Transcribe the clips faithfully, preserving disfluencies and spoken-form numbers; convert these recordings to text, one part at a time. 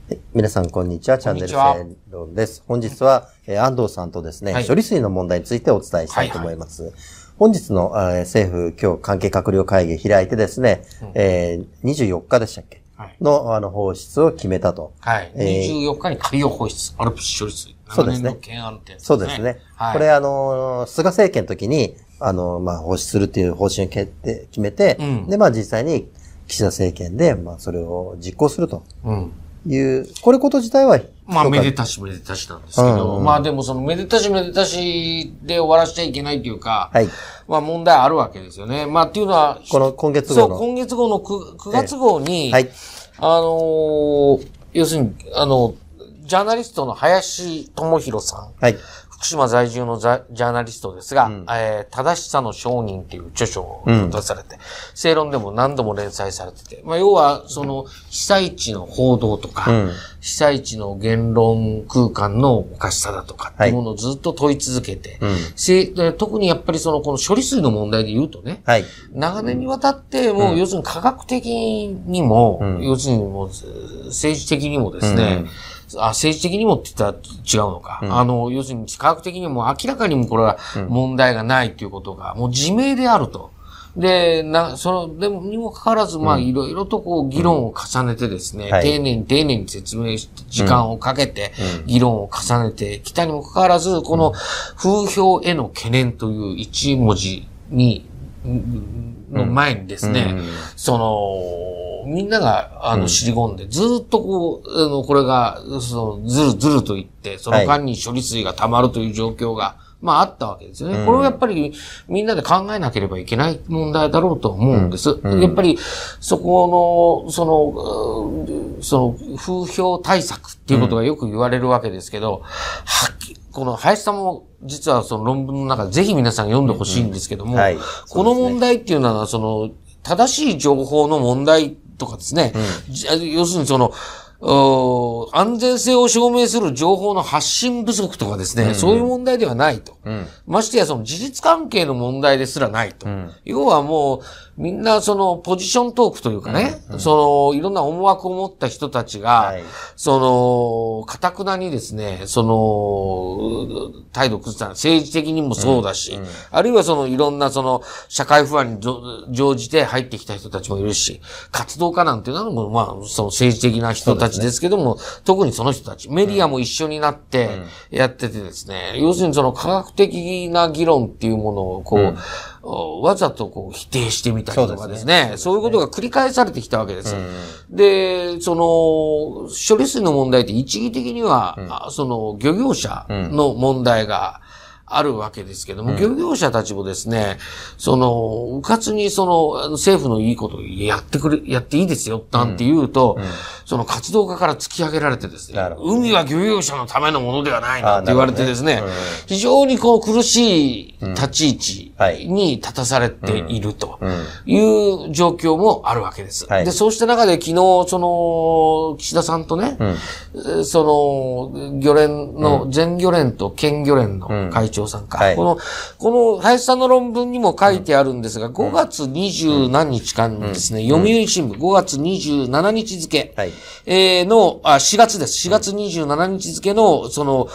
皆さん、こんにちは。チャンネル正論です。本日は、えー、安藤さんとですね、はい、処理水の問題についてお伝えしたいと思います。はいはい、本日の、えー、政府今日関係閣僚会議開いてですね、うんえー、にじゅうよっかでしたっけ、はい、の、あの、放出を決めたと。 はい。えー、にじゅうよっかに海洋放出、アルプス処理水。 そうですね。 懸案点ですね。 そうですね。はい、これ、あの、菅政権の時に、あの、まあ、放出するっていう方針を決定、決めて、うん、で、まあ、実際に岸田政権で、まあ、それを実行すると。うんいう、これこと自体は、 まあ、めでたしめでたしなんですけど、うんうん、まあでもそのめでたしめでたしで終わらしちゃいけないというか、はい、まあ問題あるわけですよね。まあっていうのは、 この今月号の。 そう、今月号の 9, 9月号に、ええはい、あのー、要するに、あの、ジャーナリストの林智弘さん。はい。福島在住のジャーナリストですが、うん、えー、正しさの証人っていう著書を出されて、うん、正論でも何度も連載されてて、まあ要はその被災地の報道とか、うん、被災地の言論空間のおかしさだとかっていうものをずっと問い続けて、はい、特にやっぱりそのこの処理水の問題で言うとね、はい、長年にわたってもう要するに科学的にも、うん、要するにもう政治的にもですね、うんあ、政治的にもって言ったら違うのか。うん、あの、要するに科学的にも明らかにもこれは問題がないということが、もう自明であると。で、な、その、でも、にもかかわらず、まあ、いろいろとこう、議論を重ねてですね、うんはい、丁寧に丁寧に説明して、時間をかけて、議論を重ねてきたにもかかわらず、この、風評への懸念という一文字に、の前にですね、うん、その、みんなが、あの、尻込んで、ずっとこう、あの、これが、その、ずるずると言って、その間に処理水が溜まるという状況が、まあ、あったわけですよね。うん、これはやっぱり、みんなで考えなければいけない問題だろうと思うんです。うんうん、やっぱり、そこの、その、その、風評対策っていうことがよく言われるわけですけど、はっきり、この林さんも、実はその論文の中でぜひ皆さん読んでほしいんですけども、うんうんはいね、この問題っていうのは、その、正しい情報の問題とかですね、うん、要するにその、安全性を証明する情報の発信不足とかですね、うんうん、そういう問題ではないと。うん、ましてやその事実関係の問題ですらないと。うん、要はもう、みんなそのポジショントークというかね、うんうん、そのいろんな思惑を持った人たちが、はい、その、堅くなにですね、その、態度崩した政治的にもそうだし、うんうん、あるいはそのいろんなその社会不安に乗じて入ってきた人たちもいるし、活動家なんていうのもまあその政治的な人たちですけども、ね、特にその人たち、メディアも一緒になってやっててですね、うん、要するにその科学的な議論っていうものをこう、うんわざとこう否定してみたりとかですね。そうですね。そういうことが繰り返されてきたわけです。うん、で、その、処理水の問題って一義的には、うん、その漁業者の問題があるわけですけども、うん、漁業者たちもですね、その、うかつにその、政府のいいことをやってくれ、やっていいですよ、なんて言うと、うんうん、その活動家から突き上げられてですね、海は漁業者のためのものではないなんて言われてですね、ねうん、非常にこう苦しい立ち位置に立たされているという状況もあるわけです。はい、で、そうした中で昨日、その、岸田さんとね、うん、その、漁連の、全漁連と県漁連の会長さんか、はい、この、この林さんの論文にも書いてあるんですが、ごがつにじゅうなんにちかんにですね、うん、読売新聞ごがつにじゅうしちにち付、はい、えー、の、あ、しがつです。しがつにじゅうしちにち付の、その、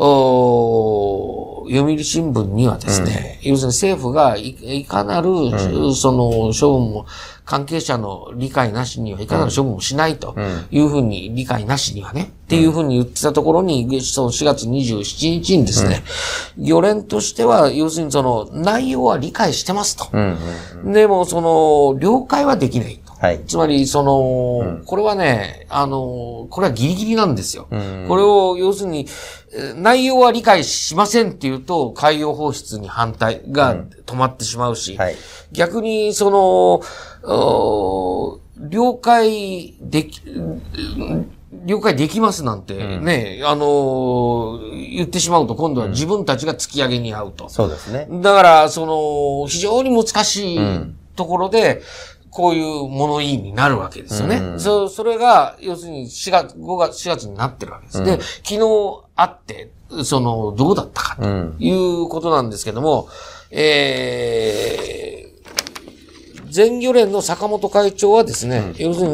お読売新聞にはですね、うん、要するに政府がい、いかなる、うん、その、処分も、関係者の理解なしにはいかなる処分をしないというふうに、理解なしにはね、っていうふうに言ってたところに、そのしがつにじゅうしちにちにですね、漁連としては、要するにその、内容は理解してますと。でも、その、了解はできないと。はい、つまり、その、うん、これはね、あの、これはギリギリなんですよ。うん、これを、要するに、内容は理解しませんっていうと、海洋放出に反対が止まってしまうし、うんはい、逆に、その、了解でき、了解できますなんてね、うん、あの、言ってしまうと今度は自分たちが突き上げに遭うと。 うん、そうですね。 だから、その、非常に難しいところで、うんこういう物言いになるわけですよね。うん、そ、それが、要するにしがつ、ごがつ、しがつになってるわけです。うん、で、昨日会って、その、どうだったかということなんですけども、うん、えー、全漁連の坂本会長はですね、うん、要するに、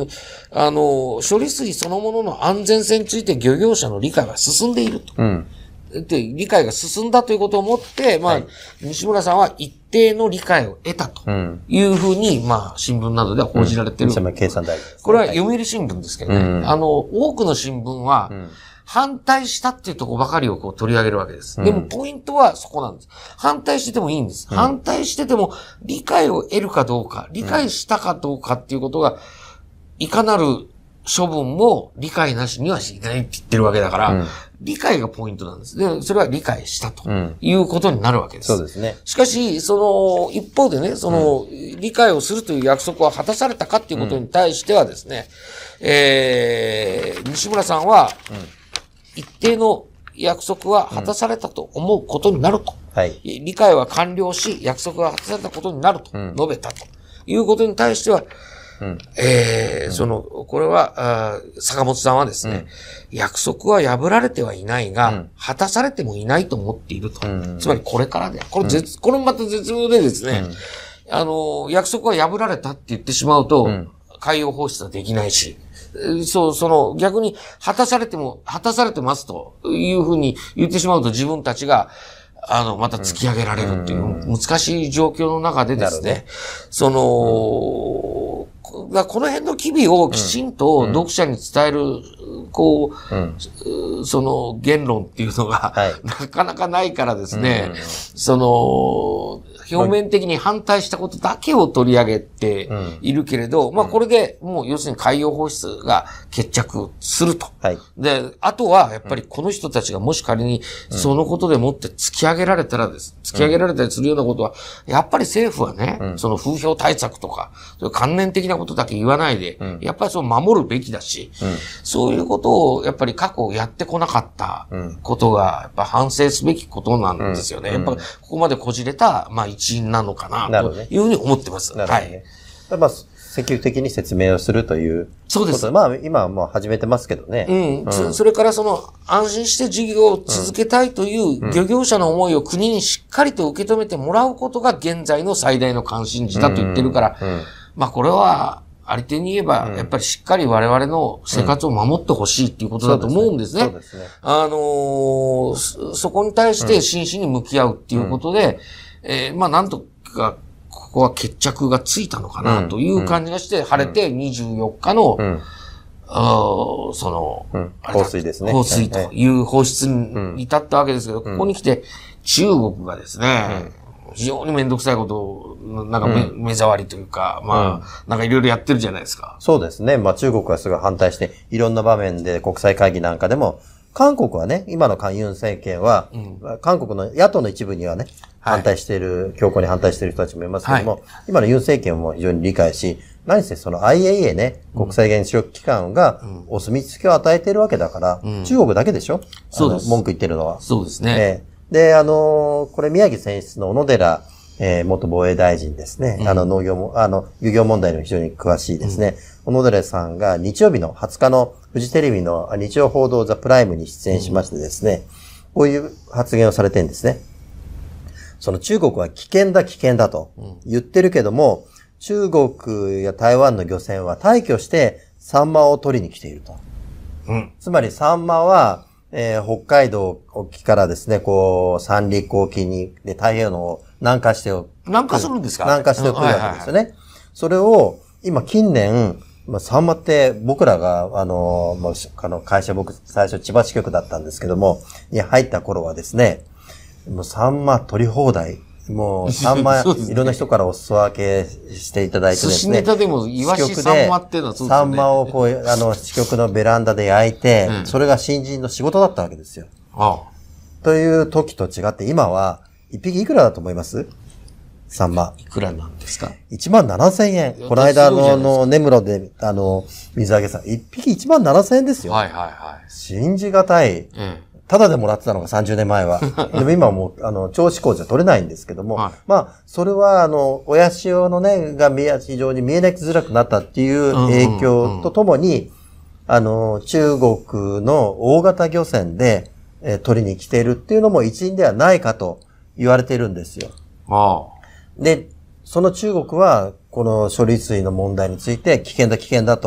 あの、処理水そのものの安全性について漁業者の理解が進んでいると。うん。で、理解が進んだということをもって、まあ、はい、西村さんは一定の理解を得たというふうに、うん、まあ、新聞などでは報じられている。 うん、計算大事ですね。 これは読売新聞ですけどね。うん、あの、多くの新聞は、うん、反対したっていうところばかりをこう取り上げるわけです。でも、ポイントはそこなんです。反対しててもいいんです。うん、反対してても、理解を得るかどうか、理解したかどうかっていうことが、いかなる処分も理解なしにはしないって言ってるわけだから、うん、理解がポイントなんです。で、それは理解したということになるわけです。 うん、そうですね。 しかし、その、一方でね、その、うん、理解をするという約束は果たされたかっていうことに対してはですね、うん、えー、西村さんは、一定の約束は果たされたと思うことになると。うん、はい。理解は完了し、約束が果たされたことになると述べたということに対しては、うん、えー、うん、その、これは、坂本さんはですね、うん、約束は破られてはいないが、うん、果たされてもいないと思っていると。うん、つまりこれからで、これ絶、うん、これまた絶妙でですね、うん、あの、約束は破られたって言ってしまうと、うん、海洋放出はできないし、そう、その、逆に果たされても、果たされてますというふうに言ってしまうと自分たちが、あの、また突き上げられるっていう難しい状況の中でですね、その、この辺の機微をきちんと読者に伝える、こう、その言論っていうのが、なかなかないからですね、その、表面的に反対したことだけを取り上げているけれど、まあこれでもう要するに海洋放出が決着すると。はい、で、あとはやっぱりこの人たちがもし仮にそのことでもって突き上げられたらです。突き上げられたりするようなことは、やっぱり政府はね、うん、その風評対策とか、関連的なことだけ言わないで、うん、やっぱりそう守るべきだし、うん、そういうことをやっぱり過去やってこなかったことが、やっぱ反省すべきことなんですよね。うん、やっぱここまでこじれた、まあ一因なのかな、というふうに思ってます。 なるほどね。はい。まあ積極的に説明をするという。 そうです。 まあ、今はもう始めてますけどね。 うん。うん、そ, それからその、安心して事業を続けたいという漁業者の思いを国にしっかりと受け止めてもらうことが現在の最大の関心事だと言ってるから、うんうん、まあこれは、ありてに言えば、やっぱりしっかり我々の生活を守ってほしいっていうことだと思うんですね。そうですね。あのー、そこに対して真摯に向き合うっていうことで、うん、えー、まあなんとか、ここは決着がついたのかなという感じがして、うん、晴れてにじゅうよっかの、うん、あその、 うん、放水ですね。 放水という放出に至ったわけですけど、うん、ここに来て中国がですね、うん、非常にめんどくさいことを、なんか目、うん、目障りというか、まあ、うん、なんかいろいろやってるじゃないですか。 そうですね。まあ中国はすごい反対して、いろんな場面で国際会議なんかでも、韓国はね、今の韓ユン政権は、うん、韓国の野党の一部にはね、反対している、はい、強硬に反対している人たちもいますけども、はい、今のユン政権も非常に理解し、何せその アイエーイーエー ね、うん、国際原子力機関がお墨付きを与えているわけだから、うん、中国だけでしょ、そうです。文句言ってるのは。 そうですね。 えー、で、あのー、これ宮城選出の小野寺、えー、元防衛大臣ですね。うん、あの農業も、あの、漁業問題の非常に詳しいですね。うん、小野寺さんが日曜日のはつかのフジテレビの日曜報道ザプライムに出演しましてですね、うん、こういう発言をされてるんですね。その中国は危険だ危険だと言ってるけども、中国や台湾の漁船は大挙してサンマを取りに来ていると。うん、つまりサンマは、えー、北海道沖からですね、こう、三陸沖に、で、太平洋の南下して、 南下するんですか？ 南下してくるわけですよね。はいはいはい、それを、今近年、まあ、サンマって僕らが、あの、まあ、あの会社僕最初千葉支局だったんですけども、に入った頃はですね、もうサンマ取り放題。もうサンマ、いろんな人からお裾分けしていただいてですね。 寿司ネタでもイワシサンマっていうのはそうですね。 サンマをこう、あの、支局のベランダで焼いて、うん、それが新人の仕事だったわけですよ。ああという時と違って今は、一匹いくらだと思います？サンマ。 いくらなんですか？ いちまんななせんえん。この間の、の、根室で、あの、水揚げさん、一匹いちまんななせんえんですよ。 はいはいはい。 信じがたい。うんただでもらってたのがさんじゅうねんまえは。でも今はもう、あの、銚子港じゃ取れないんですけども、はい、まあ、それは、あの、親潮のね、が見え、非常に見えなきづらくなったっていう影響とともに、うんうんうん、あの、中国の大型漁船で、えー、取りに来ているっていうのも一因ではないかと言われているんですよ。ああで、その中国は、この処理水の問題について危険だ危険だと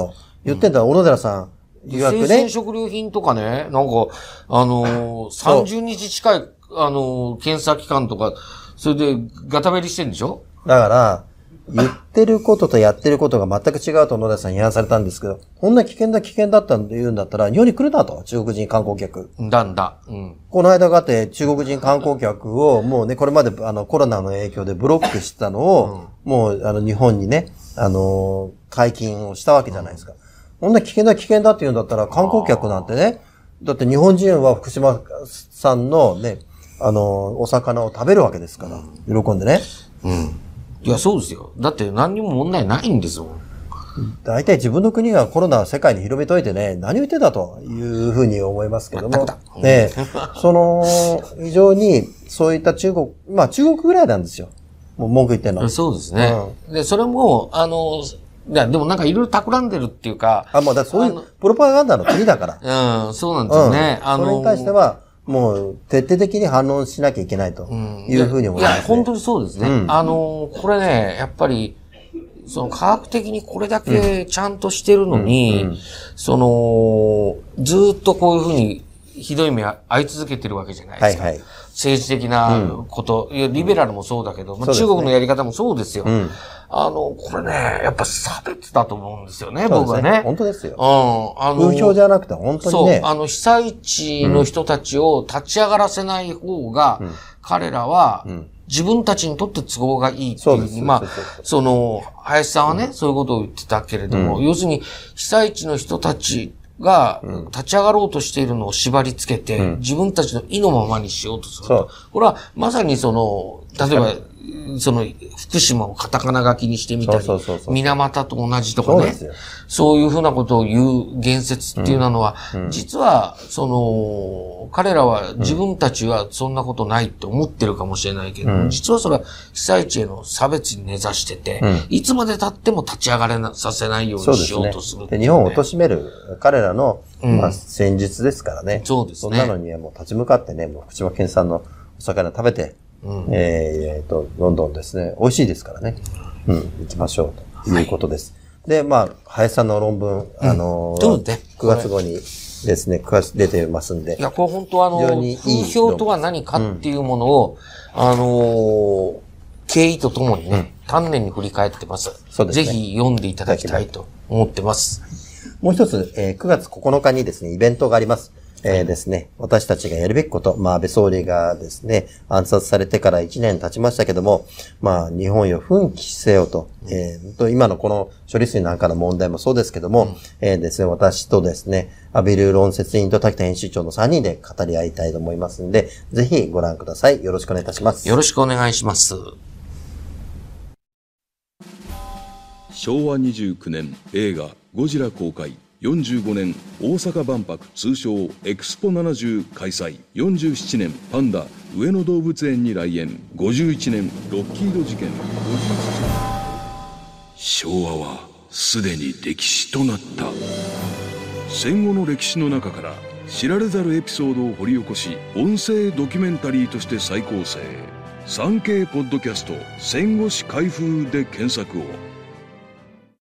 言ってんだ、うん、小野寺さん。 生鮮食料品とかね、なんか、あのー、さんじゅうにち近い、あのー、検査期間とか、それでガタベリしてんでしょ？ だから、言ってることとやってることが全く違うと小野寺さん批判されたんですけど、こんな危険だ危険だったんで言うんだったら、日本に来るなと、中国人観光客。 だんだ。うん。 この間があって中国人観光客をもうね、これまであのコロナの影響でブロックしてたのを、うん、もうあの日本にね、あのー、解禁をしたわけじゃないですか。うん、こんな危険だ危険だって言うんだったら観光客なんてね、だって日本人は福島産のね、あの、お魚を食べるわけですから、うん、喜んでね。 うん。いや、そうですよ。だって何にも問題ないんですよ。 大体自分の国がコロナを世界に広めといてね、何を言ってたというふうに思いますけども。 うん、 ね、その、非常にそういった中国、まあ中国ぐらいなんですよ。もう文句言ってんの。 そうですね。うん、で、それも、あの、いや、でもなんかいろいろ企んでるっていうか。 あ、まあだそういうプロパガンダの国だから。 うん、そうなんですよね。 うん、あのー、それに対しては、もう徹底的に反論しなきゃいけないというふうに思います、ね。 いや、本当にそうですね。うん、あのー、これね、やっぱり、その科学的にこれだけちゃんとしてるのに、うんうん、その、ずっとこういうふうにひどい目遭い続けてるわけじゃないですか。はいはい、政治的なこと、うん、いやリベラルもそうだけど、まあ、中国のやり方もそうですよ。うん、あの、これね、やっぱ差別だと思うんですよね、僕はね。 本当ですよ。 うん。あの、 風評じゃなくて本当にね。 そう、あの、被災地の人たちを立ち上がらせない方が、うん、彼らは、うん自分たちにとって都合がいいっていう。まあ、その、林さんはね、うん、そういうことを言ってたけれども、うん、要するに、被災地の人たちが立ち上がろうとしているのを縛り付けて、うん、自分たちの意のままにしようとすると。これは、まさにその、例えば、その、福島をカタカナ書きにしてみたり、水俣と同じとかね、そうそういうふうなことを言う言説っていうのは、うんうん、実は、その、彼らは自分たちはそんなことないって思ってるかもしれないけど、うん、実はそれは被災地への差別に根ざしてて、うん、いつまで経っても立ち上がれなさせないようにしようとする、ねで。日本を貶める彼らの、まあ、戦術ですからね。 そうですね。 そんなのにはもう立ち向かってね、もう福島県産のお魚食べて、うん、えー、と、どんどんですね、美味しいですからね。うん、行きましょうということです。はい、で、まあ、林さんの論文、あのー、うん、くがつ号にですね、くがつ出てますんで。 いや、これ本当あの、風評とは何かっていうものを、うん、あのー、経緯とともにね、うん、丹念に振り返ってます。そうですね。ぜひ読んでいただきたいと思ってます。 もう一つ、えー、くがつここのかにですね、イベントがあります。えー、ですね、私たちがやるべきこと、まあ、安倍総理がですね、暗殺されてからいちねん経ちましたけども、まあ、日本よ奮起せよと、えー、と、今のこの処理水なんかの問題もそうですけども、うん、えー、ですね、私とですね、アビル論説員と滝田編集長のさんにんで語り合いたいと思いますので、ぜひご覧ください。よろしくお願いいたします。 よろしくお願いします。 しょうわにじゅうきゅうねん映画ゴジラ公開。よんじゅうごねん大阪万博通称エクスポななじゅう開催。よんじゅうななねんパンダ上野動物園に来園。ごじゅういちねんロッキード事件。昭和はすでに歴史となった。戦後の歴史の中から知られざるエピソードを掘り起こし、音声ドキュメンタリーとして再構成。 サンケー ポッドキャスト戦後史開封で検索を。